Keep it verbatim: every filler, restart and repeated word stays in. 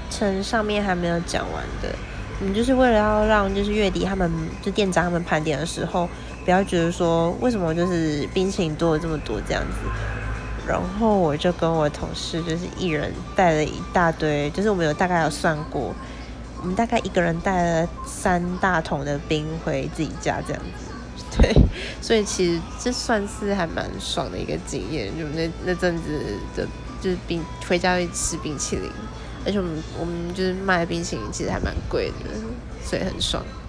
程上面还没有讲完的。我们就是为了要让就是月底他们就店长他们盘点的时候，不要觉得说为什么就是冰淇淋多了这么多这样子。然后我就跟我同事就是一人带了一大堆，就是我们有大概有算过，我们大概一个人带了三大桶的冰回自己家这样子。对，所以其实这算是还蛮爽的一个经验，就那那阵子的，就是冰回家会吃冰淇淋，而且我们我们就是卖冰淇淋其实还蛮贵的，所以很爽。